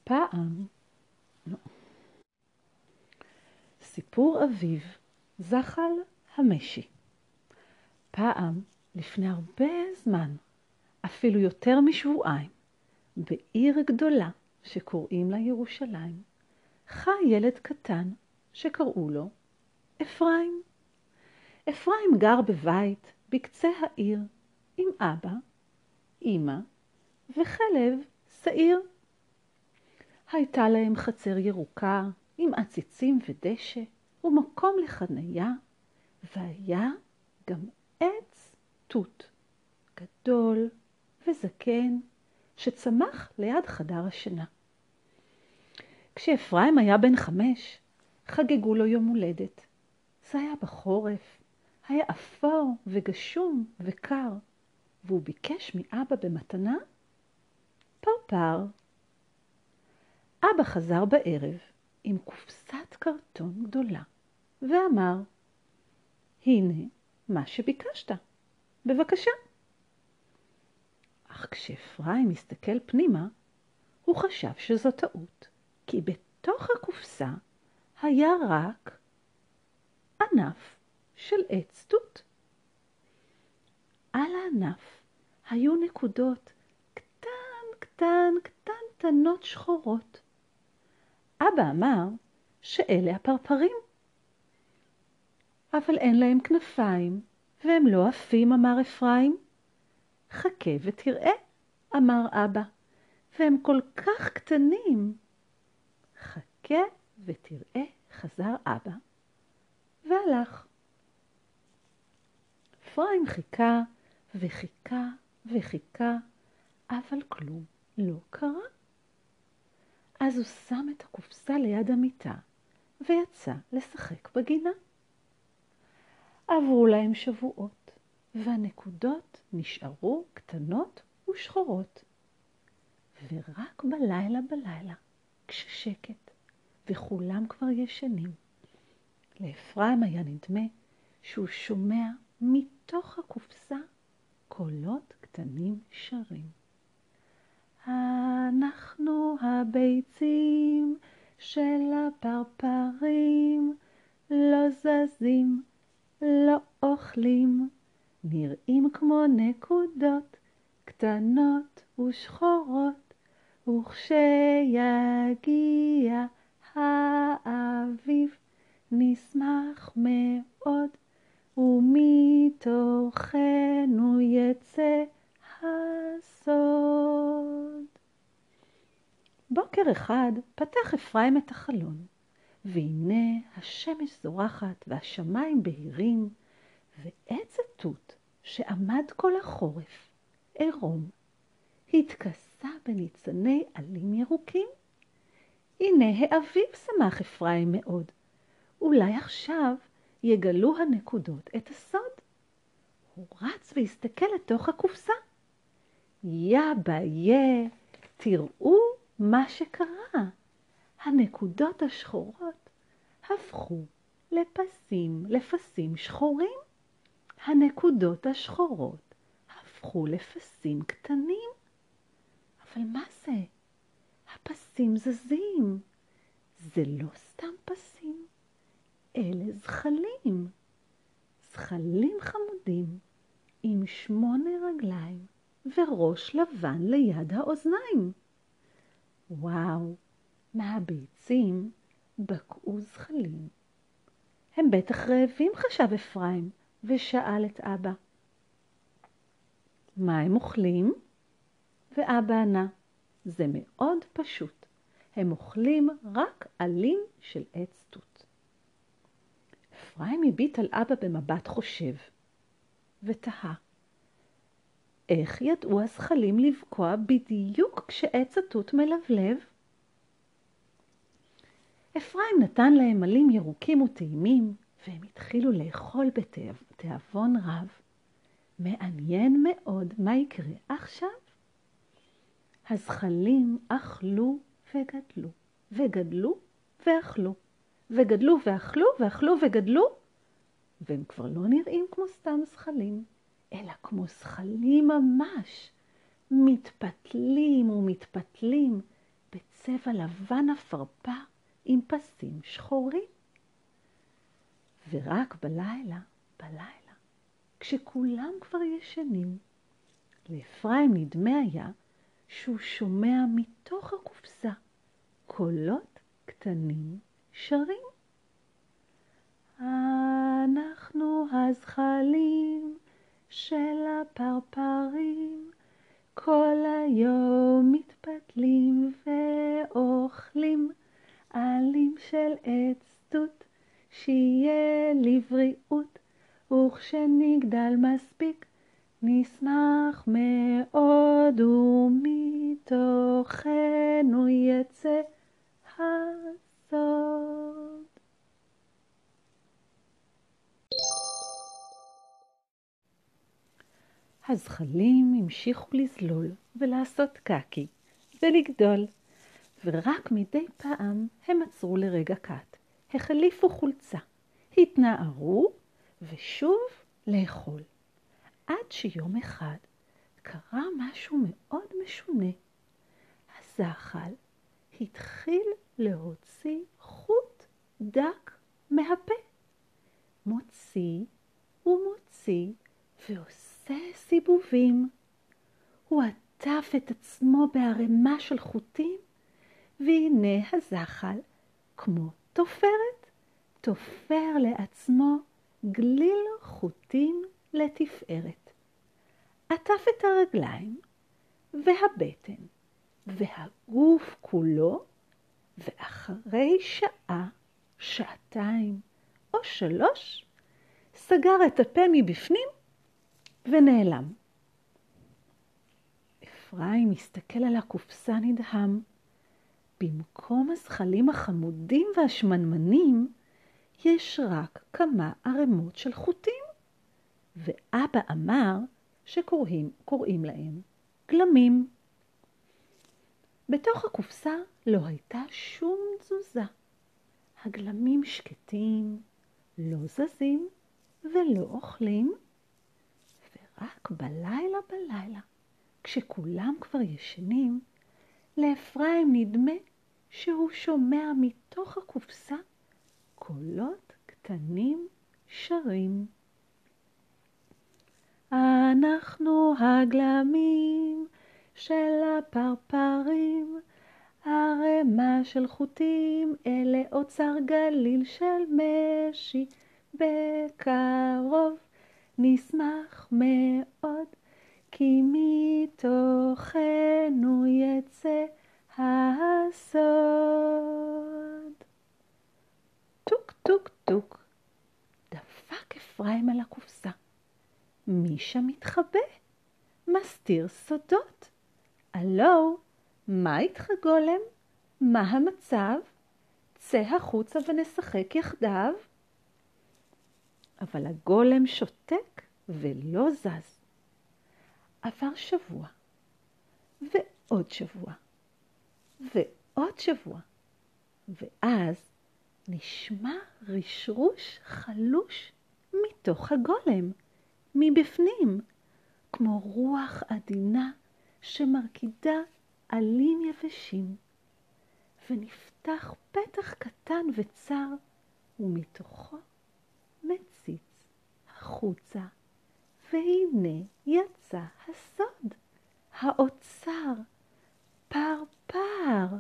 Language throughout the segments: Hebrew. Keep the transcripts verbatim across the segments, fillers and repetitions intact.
פעם, לא. סיפור אביב, זחל המשי. פעם, לפני הרבה זמן, אפילו יותר משבועיים, בעיר גדולה שקוראים לה ירושלים, חי ילד קטן שקראו לו אפרים. אפרים גר בבית בקצה העיר עם אבא, אמא וכלב שעיר. הייתה להם חצר ירוקה עם עציצים ודשא ומקום לחניה, והיה גם עץ תות גדול וזקן שצמח ליד חדר השינה. כשאפרים היה בן חמש, חגגו לו יום הולדת. זה היה בחורף, היה אפור וגשום וקר, והוא ביקש מאבא במתנה פרפר. אבא חזר בערב עם קופסת קרטון גדולה ואמר, הנה מה שביקשת, בבקשה. אך כשאפרים הסתכל פנימה, הוא חשב שזו טעות, כי בתוך הקופסה היה רק ענף של עץ תות. על הענף היו נקודות קטן, קטן, קטן, קטנות שחורות. אבא אמר שאלה הפרפרים. אבל אין להם כנפיים, והם לא עפים, אמר אפרים. חכה ותראה, אמר אבא, והם כל כך קטנים. חכה ותראה, חזר אבא, והלך. אפרים חיכה וחיכה וחיכה, אבל כלום לא קרה. אז הוא שם את הקופסה ליד המיטה ויצא לשחק בגינה. עברו להם שבועות, והנקודות נשארו קטנות ושחורות. ורק בלילה בלילה, כששקט וכולם כבר ישנים, לאפרים היה נדמה שהוא שומע מתוך הקופסה קולות קטנים שרים. אנחנו הביצים של הפרפרים, לא זזים, לא אוכלים, נראים כמו נקודות קטנות ושחורות, וכשיגיע האביב נשמח מאוד, ומתוכנו יצא הסוד. בוקר אחד פתח אפרים את החלון, והנה השמש זורחת והשמיים בהירים, ועץ התות שעמד כל החורף, עירום, התכסה בניצני עלים ירוקים. הנה האביב שמח אפרים מאוד, אולי עכשיו יגלו הנקודות את הסוד. הוא רץ והסתכל לתוך הקופסה. יא ביה, תראו מה שקרה. הנקודות השחורות הפכו לפסים, לפסים שחורים. הנקודות השחורות הפכו לפסים קטנים. אבל מה זה? הפסים זזים. זה לא סתם פסים, אלה זחלים. זחלים חמודים עם שמונה רגליים וראש לבן ליד האוזניים. וואו, מהביצים בקעו זחלים. הם בטח רעבים, חשב אפרים, ושאל את אבא, מה הם אוכלים? ואבא ענה, זה מאוד פשוט, הם אוכלים רק עלים של עץ תות. אפרים הביט על אבא במבט חושב, ותהה, איך ידעו הזחלים לבקוע בדיוק כשעץ התות מלבלב? אפרים נתן להם עלים ירוקים וטעימים, והם התחילו לאכול בתיאבון רב. מעניין מאוד מה יקרה עכשיו. הזחלים אכלו וגדלו, וגדלו ואכלו, וגדלו ואכלו ואכלו וגדלו, והם כבר לא נראים כמו סתם זחלים, אלא כמו זחלים ממש, מתפתלים ומתפתלים, בצבע לבן אפרפר עם פסים שחורים. ורק בלילה, בלילה, כשכולם כבר ישנים, לאפרים נדמה היה שהוא שומע מתוך הקופסה קולות קטנים שרים. אנחנו הזחלים של הפרפרים, כל היום מתפתלים ואוכלים עלים של עץ תות, שיהיה לבריאות, וכשנגדל מספיק נשמח מאוד, ומתוכנו יצא הסוד. הזחלים המשיכו לזלול ולעשות קקי ולגדול, ורק מדי פעם הם עצרו לרגע קט, החליפו חולצה, התנערו ושוב לאכול. עד שיום אחד קרה משהו מאוד משונה. הזחל התחיל להוציא חוט דק מהפה. מוציא ומוציא ועושה סיבובים. הוא עטף את עצמו בערימה של חוטים, והנה הזחל, כמו תופרת, תופר לעצמו גליל חוטים לתפארת. עטף את הרגליים והבטן והגוף כולו, ואחרי שעה, שעתיים או שלוש, סגר את הפה מבפנים ונעלם. אפרים הסתכל על הקופסה נדהם. במקום הזחלים החמודים והשמנמנים, יש רק כמה ערימות של חוטים. ואבא אמר שקוראים קוראים להם גלמים. בתוך הקופסה לא הייתה שום תזוזה. הגלמים שקטים, לא זזים ולא אוכלים. ורק בלילה בלילה, כשכולם כבר ישנים, לאפרים נדמה שהוא שומע מתוך הקופסה קולות קטנים שרים. אנחנו הגלמים של הפרפרים, ערימה של חוטים, אלה אוצר גליל של משי, בקרוב נשמח מאוד, כי מתוכנו יצא הסוד. טוק טוק טוק, דפק אפרים על הקופסה. מי שם מתחבא? מסתיר סודות. הלו, מה איתך גולם? מה המצב? צא החוצה ונשחק יחדיו. אבל הגולם שותק ולא זז. עבר שבוע, ועוד שבוע, ועוד שבוע, ואז נשמע רשרוש חלוש מתוך הגולם, מבפנים, כמו רוח עדינה שמרקידה עלים יבשים. ונפתח פתח קטן וצר, ומתוכו מציץ החוצה. והנה יצא הסוד, האוצר, פרפר.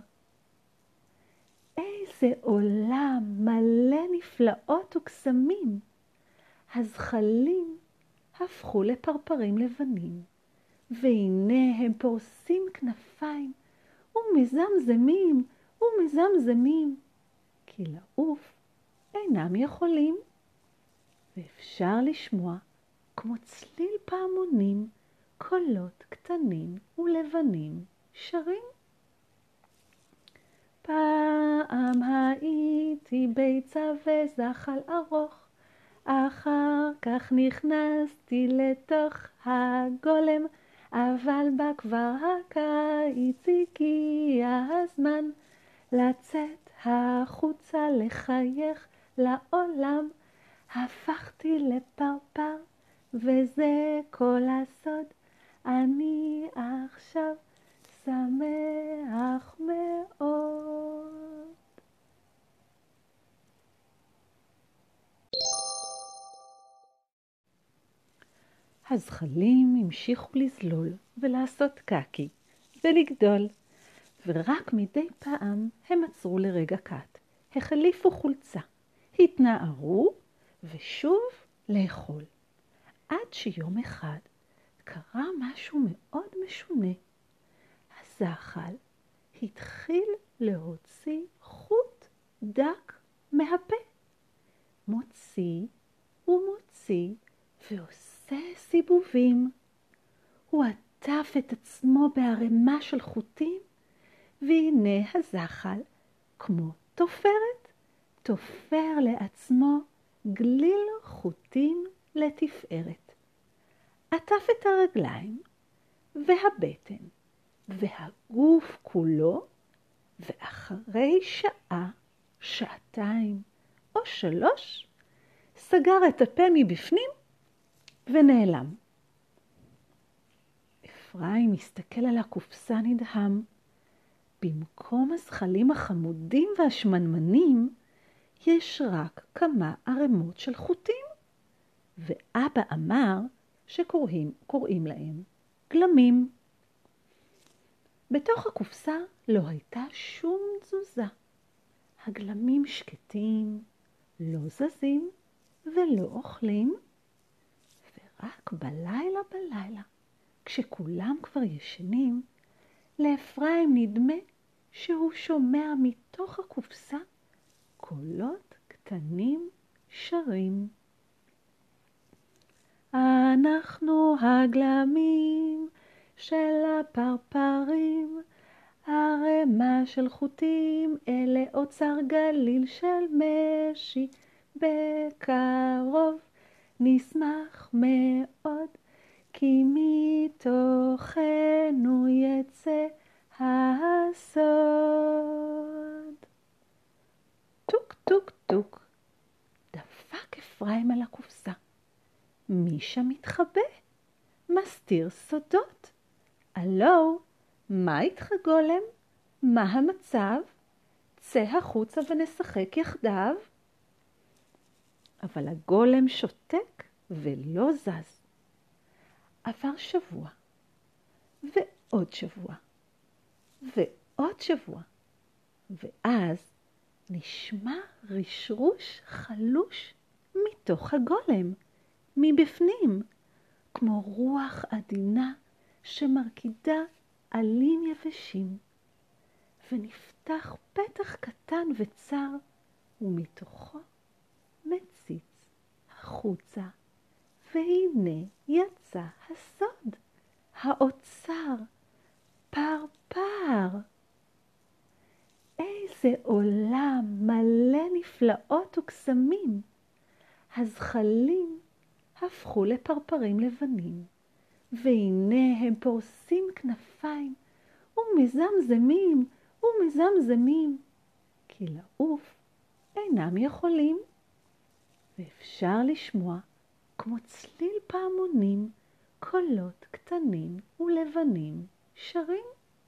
איזה עולם מלא נפלאות וקסמים. הזחלים הפכו לפרפרים לבנים, והנה הם פורסים כנפיים ומזמזמים ומזמזמים, כי לעוף אינם יכולים. ואפשר לשמוע כמו צליל פעמונים קולות קטנים ולבנים שרים. פעם הייתי ביצה וזחל ארוך, אחר כך נכנסתי לתוך הגולם, אבל בה כבר הקיץ הגיע הזמן לצאת החוצה לחייך לעולם. הפכתי לפרפר וזה כל הסוד, אני עכשיו שמח מאוד. הזחלים המשיכו לזלול ולעשות קקי ולגדול, ורק מדי פעם הם עצרו לרגע קט, החליפו חולצה, התנערו ושוב לאכול. עד שיום אחד קרה משהו מאוד משונה. הזחל התחיל להוציא חוט דק מהפה. מוציא ומוציא ועושה סיבובים. הוא עטף את עצמו בערימה של חוטים, והנה הזחל, כמו תופרת, תופר לעצמו גליל חוטים לתפארת. עטף את הרגליים והבטן והגוף כולו, ואחרי שעה, שעתיים או שלוש, סגר את הפה מבפנים ונעלם. אפרים מסתכל על הקופסה נדהם. במקום הזחלים החמודים והשמנמנים, יש רק כמה ערימות של חוטים. ואבא אמר שקוראים קוראים להם גלמים. בתוך הקופסה לא הייתה שום תזוזה. הגלמים שקטים, לא זזים ולא אוכלים. ורק בלילה בלילה, כשכולם כבר ישנים, לאפרים נדמה שהוא שומע מתוך הקופסה קולות קטנים שרים. אנחנו הגלמים של הפרפרים, ערימה של חוטים, אלה אוצר גליל של משי. בקרוב נשמח מאוד, כי מתוכנו יצא הסוד. טוק טוק טוק, דפק אפרים על הקופסה. מי שם מתחבא? מסתיר סודות. הלו, מה איתך גולם? מה המצב? צא החוצה ונשחק יחדיו. אבל הגולם שותק ולא זז. עבר שבוע, ועוד שבוע, ועוד שבוע, ואז נשמע רשרוש חלוש מתוך הגולם, מבפנים, כמו רוח עדינה שמרקידה עלים יבשים. ונפתח פתח קטן וצר, ומתוכו מציץ החוצה. והנה יצא הסוד, האוצר, פרפר. איזה עולם מלא נפלאות וקסמים. הזחלים הפכו לפרפרים לבנים, והנה הם פורסים כנפיים ומזמזמים ומזמזמים, כי לעוף אינם יכולים. ואפשר לשמוע כמו צליל פעמונים, קולות קטנים ולבנים שרים.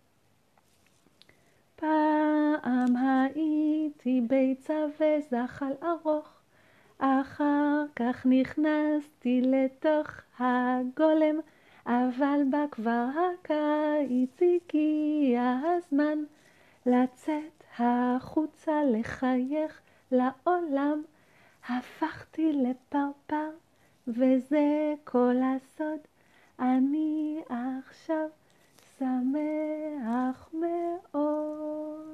פעם הייתי ביצה וזחל ארוך, אחר כך נכנסתי לתוך הגולם, אבל בה כבר הקיץ הגיע הזמן לצאת החוצה לחייך לעולם. הפכתי לפרפר וזה כל הסוד, אני עכשיו שמח מאוד.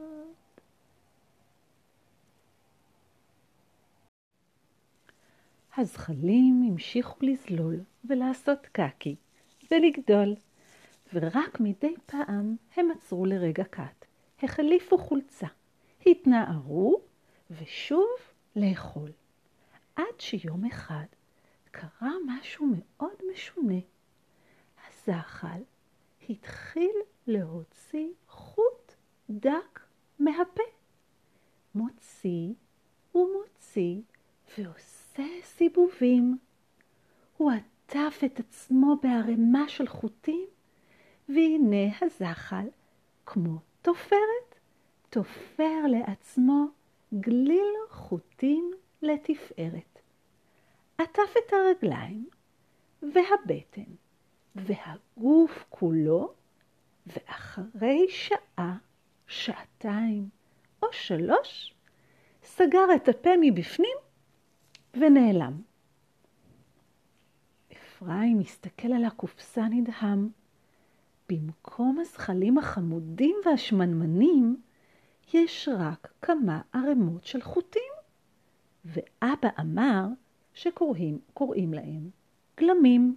הזחלים המשיכו לזלול ולעשות קקי ולגדול, ורק מדי פעם הם עצרו לרגע קט, החליפו חולצה, התנערו ושוב לאכול. עד שיום אחד קרה משהו מאוד משונה. הזחל התחיל להוציא חוט דק מהפה. מוציא ומוציא ועושה סיבובים. הוא עטף את עצמו בערימה של חוטים, והנה הזחל, כמו תופרת, תופר לעצמו גליל חוטים לתפארת. עטף את הרגליים והבטן והגוף כולו, ואחרי שעה, שעתיים או שלוש, סגר את הפה מבפנים ונעלם. אפרים מסתכל על הקופסה נדהם. במקום הזחלים החמודים והשמנמנים, יש רק כמה ערימות של חוטים. ואבא אמר שקוראים קוראים להם גלמים.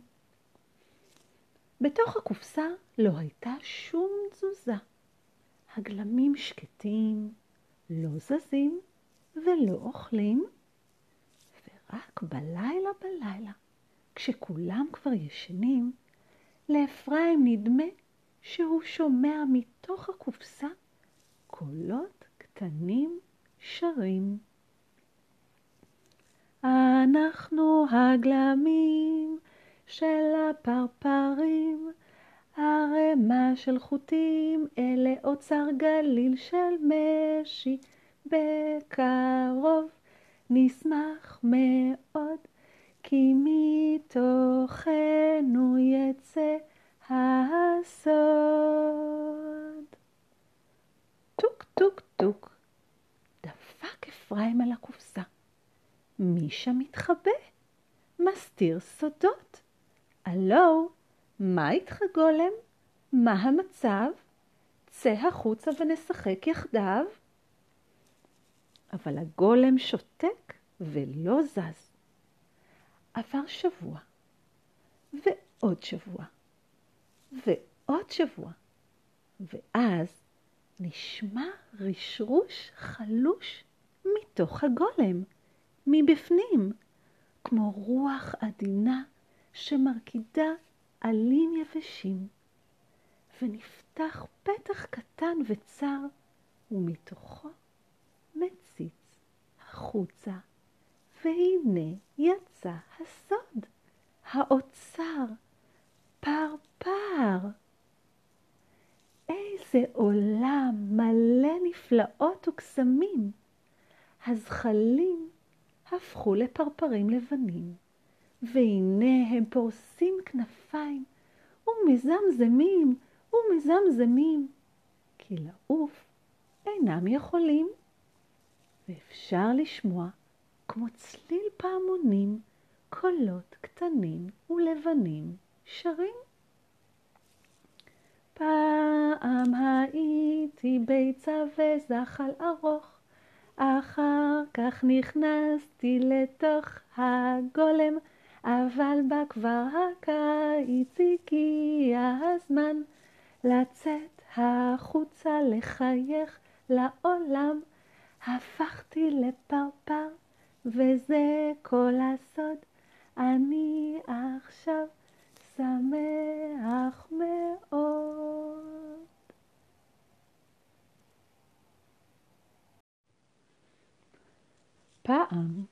בתוך הקופסה לא הייתה שום תזוזה. הגלמים שקטים, לא זזים ולא אוכלים, ורק בלילה בלילה, כשכולם כבר ישנים, לאפרים נדמה שהוא שומע מתוך הקופסה קולות קטנים שרים. אנחנו הגלמים של הפרפרים, ערימה של חוטים, אלה אוצר גליל של משי. בקרוב נשמח מאוד, כי מתוכנו יצא הסוד. טוק טוק טוק, דפק אפרים על הקופסה. מי שם מתחבא? מסתיר סודות. הלו, מה איתך גולם? מה המצב? צא החוצה ונשחק יחדיו. אבל הגולם שותק ולא זז. עבר שבוע, ועוד שבוע, ועוד שבוע, ואז נשמע רשרוש חלוש מתוך הגולם, מבפנים, כמו רוח עדינה שמרקידה עלים יבשים, ונפתח פתח קטן וצר, ומתוכו מציץ החוצה, והנה יצא הסוד, האוצר, פרפר. איזה עולם מלא נפלאות וקסמים. הזחלים הפכו לפרפרים לבנים, והנה הם פורסים כנפיים ומזמזמים ומזמזמים, כי לעוף אינם יכולים. ואפשר לשמוע כמו צליל פעמונים קולות קטנים ולבנים שרים. פעם הייתי ביצה וזחל ארוך, אחר כך נכנסתי לתוך הגולם, אבל בה כבר הקיץ הגיע הזמן לצאת החוצה לחייך לעולם. הפכתי לפרפר וזה כל הסוד, אני עכשיו שמח מאוד. פעם,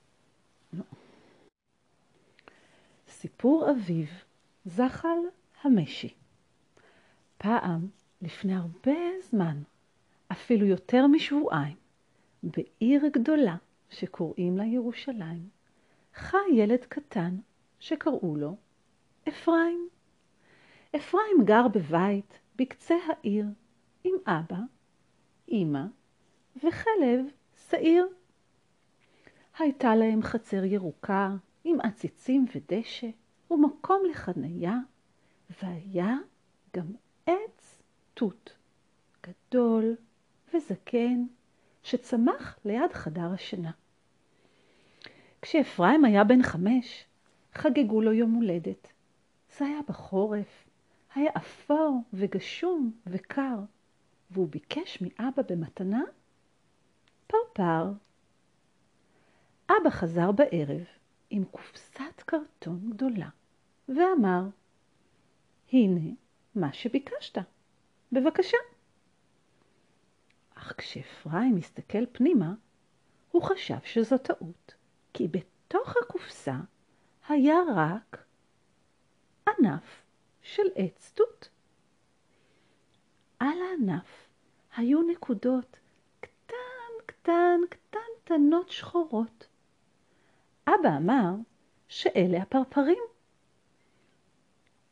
סיפור אביב, זחל המשי. פעם, לפני הרבה זמן, אפילו יותר משבועיים, בעיר גדולה שקוראים לה ירושלים, חי ילד קטן שקראו לו אפרים. אפרים גר בבית בקצה העיר עם אבא, אמא וכלב שעיר. הייתה להם חצר ירוקה עם עציצים ודשא ומקום לחניה, והיה גם עץ תות גדול וזקן שצמח ליד חדר השינה. כשאפרים היה בן חמש, חגגו לו יום הולדת. זה היה בחורף, היה אפור וגשום וקר, והוא ביקש מאבא במתנה פרפר. אבא חזר בערב עם קופסת קרטון גדולה ואמר, הנה מה שביקשת, בבקשה. אך כשאפרים הסתכל פנימה, הוא חשב שזו טעות, כי בתוך הקופסה היה רק ענף של עץ תות. על הענף היו נקודות קטן קטן קטנטנות שחורות. אבא אמר שאלה הפרפרים.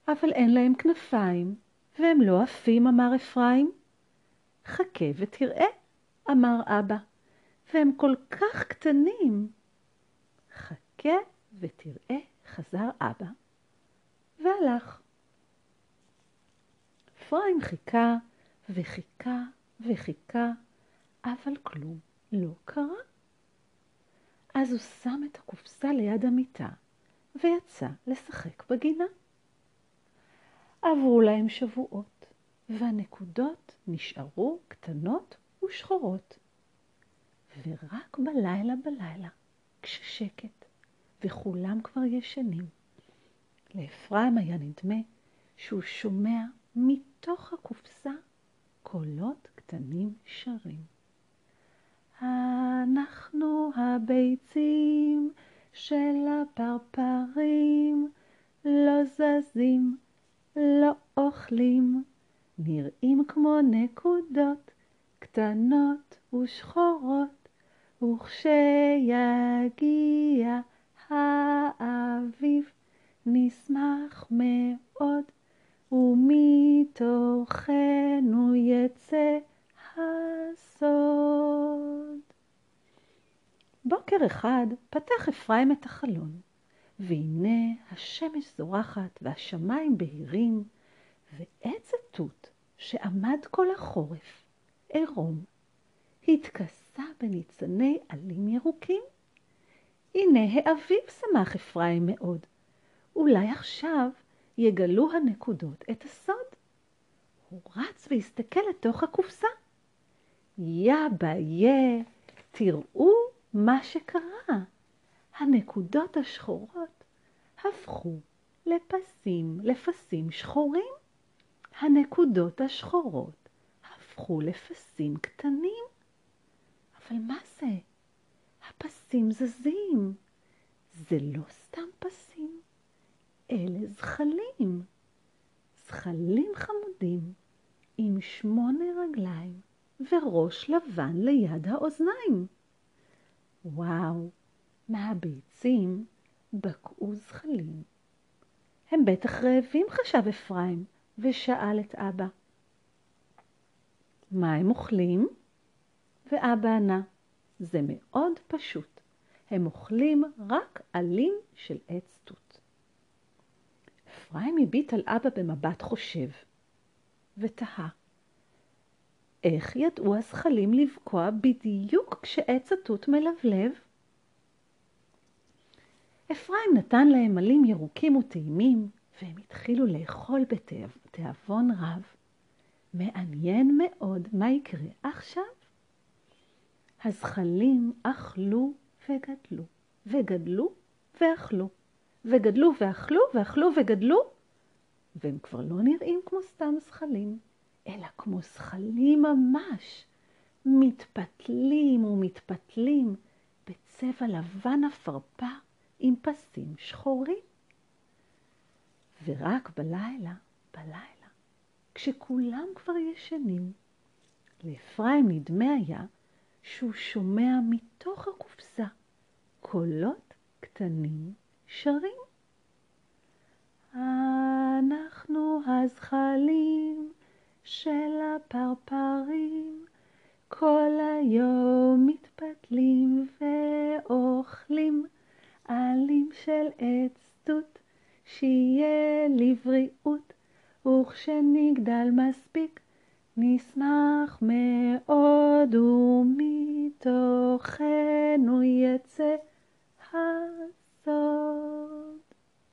אבל אין להם כנפיים, והם לא עפים, אמר אפרים. חכה ותראה, אמר אבא, והם כל כך קטנים. חכה ותראה, חזר אבא, והלך. אפרים חיכה וחיכה וחיכה, אבל כלום לא קרה. אז הוא שם את הקופסה ליד המיטה, ויצא לשחק בגינה. עברו להם שבועות, והנקודות נשארו קטנות ושחורות. ורק בלילה בלילה, כששקט, וכולם כבר ישנים, לאפרים היה נדמה שהוא שומע מתוך הקופסה קולות קטנים שרים. אנחנו הביצים של הפרפרים, לא זזים, לא אוכלים, נראים כמו נקודות קטנות ושחורות, וכשיגיע האביב נשמח מאוד, ומתוכנו יצא הסוד. בוקר אחד פתח אפרים את החלון, והנה השמש זורחת והשמיים בהירים, ועץ התות שעמד כל החורף, עירום, התכסה בניצני עלים ירוקים. הנה האביב שמח אפרים מאוד, אולי עכשיו יגלו הנקודות את הסוד. הוא רץ והסתכל לתוך הקופסה. יא ביה, תראו מה שקרה. הנקודות השחורות הפכו לפסים, לפסים שחורים. הנקודות השחורות הפכו לפסים קטנים. אבל מה זה? הפסים זזים. זה לא סתם פסים, אלה זחלים. זחלים חמודים עם שמונה רגליים וראש לבן ליד האוזניים. וואו, מהביצים בקעו זחלים. הם בטח רעבים, חשב אפרים, ושאל את אבא. מה הם אוכלים? ואבא ענה, זה מאוד פשוט. הם אוכלים רק עלים של עץ תות. אפרים הביט על אבא במבט חושב, ותהה, איך ידעו הזחלים לבקוע בדיוק כשעץ התות מלבלב? אפרים נתן להם עלים ירוקים וטעימים, והם התחילו לאכול בתיאבון רב. מעניין מאוד מה יקרה עכשיו. הזחלים אכלו וגדלו, וגדלו ואכלו, וגדלו ואכלו ואכלו וגדלו, והם כבר לא נראים כמו סתם זחלים, אלא כמו זחלים ממש, מתפתלים ומתפתלים בצבע לבן אפרפר עם פסים שחורים. ורק בלילה, בלילה, כשכולם כבר ישנים, לאפרים נדמה היה שהוא שומע מתוך הקופסה קולות קטנים שרים. אנחנו הזחלים של הפרפרים, כל היום מתפתלים ואוכלים עלים של עץ תות, שיהיה לבריאות, וכשנגדל מספיק נשמח מאוד, ומתוכנו יצא הסוד.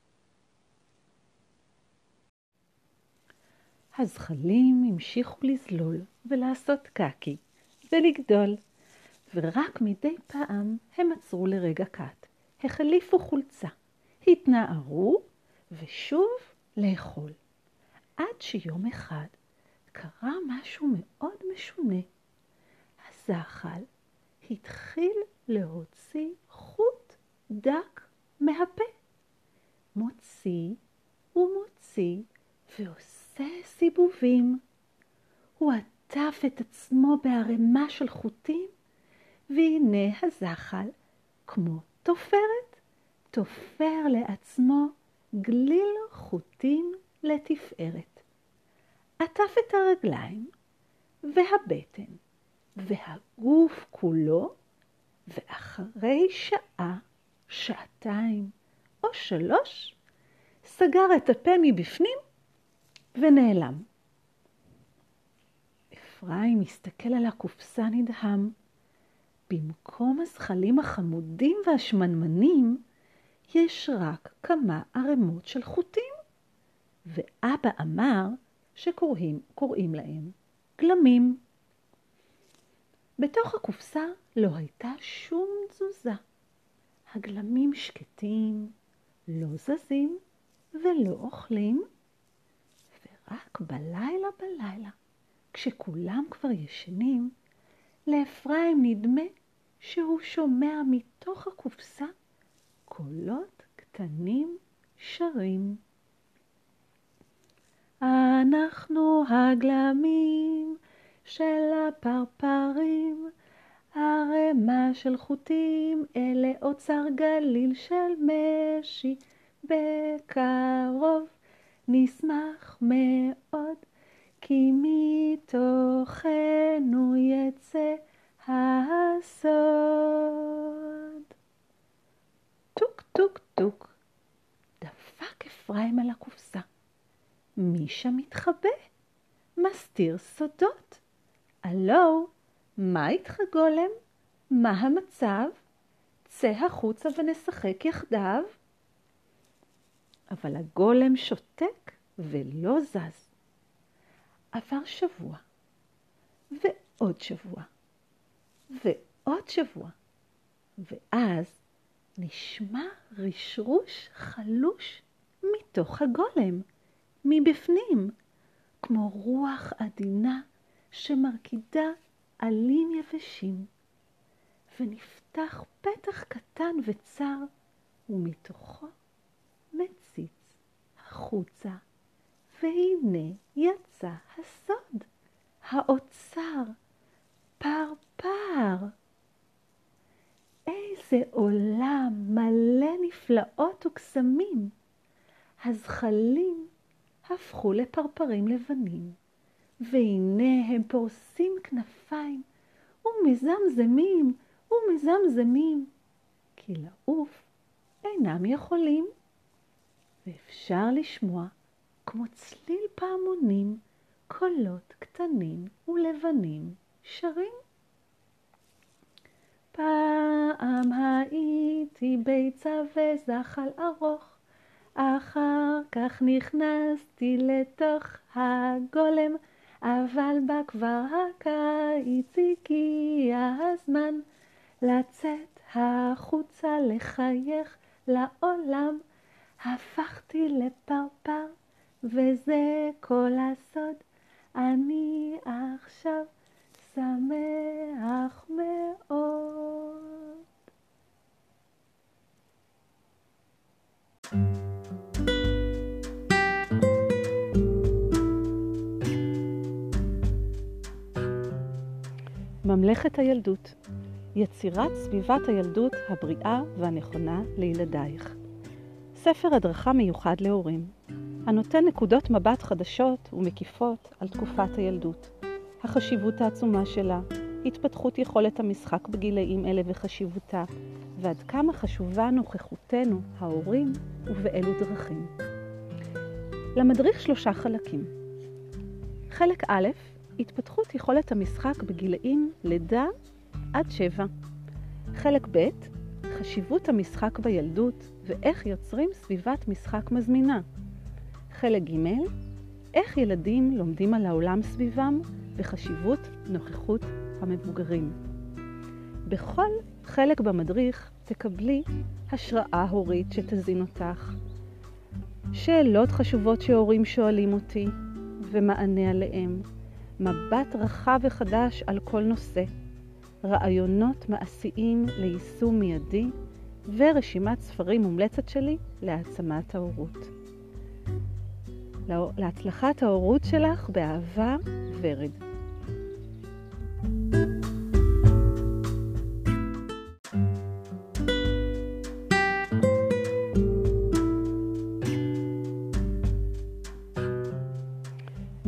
הזחלים המשיכו לזלול ולעשות קקי ולגדול, ורק מדי פעם הם עצרו לרגע קט, החליפו חולצה, התנערו ושוב לאכול. עד שיום אחד קרה משהו מאוד משונה. הזחל התחיל להוציא חוט דק מהפה. מוציא ומוציא ועושה סיבובים. הוא עטף את עצמו בערימה של חוטים, והנה הזחל, כמו תופרת, תופר לעצמו גליל חוטים לתפארת. עטף את הרגליים והבטן והגוף כולו, ואחרי שעה, שעתיים או שלוש, סגר את הפה מבפנים ונעלם. אפרים הסתכל על הקופסה נדהם. במקום הזחלים החמודים והשמנמנים, יש רק כמה ערימות של חוטים. ואבא אמר שקוראים קוראים להם גלמים. בתוך הקופסה לא הייתה שום תזוזה. הגלמים שקטים, לא זזים ולא אוכלים, ורק בלילה בלילה, כשכולם כבר ישנים, לאפרים נדמה שהוא שומע מתוך הקופסה קולות קטנים שרים. אנחנו הגלמים של הפרפרים, ערימה של חוטים, אלה אוצר גליל של משי. בקרוב נשמח מאוד, כי מתוכנו יצא הסוד. טוק טוק טוק, דפק אפרים על הקופסה. מי שם מתחבא? מסתיר סודות. הלו, מה איתך גולם? מה המצב? צא החוצה ונשחק יחדיו. אבל הגולם שותק ולא זז. עבר שבוע, ועוד שבוע, ועוד שבוע, ואז נשמע רשרוש חלוש מתוך הגולם, מבפנים, כמו רוח עדינה שמרקידה עלים יבשים. ונפתח פתח קטן וצר, ומתוכו מציץ החוצה. והנה יצא הסוד, האוצר, פרפר. איזה עולם מלא נפלאות וקסמים. הזחלים הפכו לפרפרים לבנים, והנה הם פורסים כנפיים ומזמזמים ומזמזמים, כי לעוף אינם יכולים. ואפשר לשמוע כמו צליל פעמונים קולות קטנים ולבנים שרים. פעם הייתי ביצה וזחל ארוך, אחר כך נכנסתי לתוך הגולם, אבל בה כבר הקיץ הגיע הזמן לצאת החוצה לחייך לעולם. הפכתי לפרפר וזה כל הסוד, אני עכשיו שמח מאוד. ממלכת הילדות, יצירת סביבת הילדות הבריאה והנכונה לילדייך. ספר הדרכה מיוחד להורים, הנותן נקודות מבט חדשות ומקיפות על תקופת הילדות, החשיבות העצומה שלה, התפתחות יכולת המשחק בגילאים אלה וחשיבותה, ועד כמה חשובה נוכחותנו, ההורים, ובאילו דרכים. למדריך שלושה חלקים. חלק א', התפתחות יכולת המשחק בגילאים לידה עד שבע. חלק ב', חשיבות המשחק בילדות ואיך יוצרים סביבת משחק מזמינה. חלק ג', איך ילדים לומדים על העולם סביבם וחשיבות נוכחות המבוגרים. בכל חלק במדריך תקבלי השראה הורית שתזין אותך, שאלות חשובות שהורים שואלים אותי ומענה עליהם, מבט רחב וחדש על כל נושא, רעיונות מעשיים ליישום מיידי, ורשימת ספרים מומלצת שלי להעצמת ההורות. להצלחת ההורות שלך באהבה, ורד.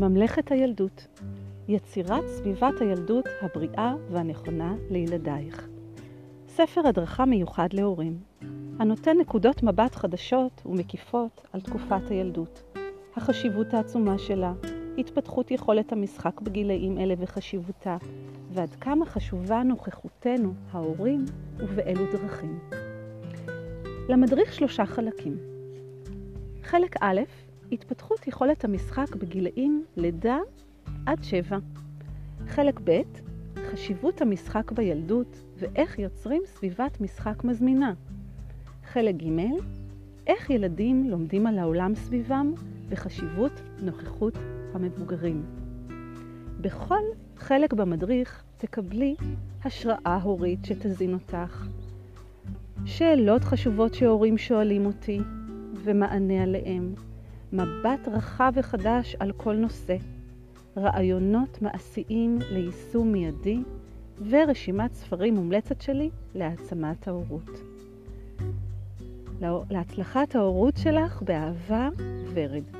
ממלכת הילדות, יצירת סביבת הילדות הבריאה והנכונה לילדייך. ספר הדרכה מיוחד להורים, הנותן נקודות מבט חדשות ומקיפות על תקופת הילדות, החשיבות העצומה שלה, התפתחות יכולת המשחק בגילאים אלה וחשיבותה, ועד כמה חשובה נוכחותנו, ההורים, ובאילו דרכים. למדריך שלושה חלקים. חלק א', התפתחות יכולת המשחק בגילאים לידה עד שבע. חלק ב', חשיבות המשחק בילדות ואיך יוצרים סביבת משחק מזמינה. חלק ג', איך ילדים לומדים על העולם סביבם וחשיבות נוכחות המבוגרים. בכל חלק במדריך תקבלי השראה הורית שתזין אותך, שאלות חשובות שהורים שואלים אותי ומענה עליהם, מבט רחב וחדש על כל נושא, רעיונות מעשיים ליישום מיידי ורשימת ספרים מומלצת שלי להעצמת ההורות. להצלחת ההורות שלך באהבה ורד.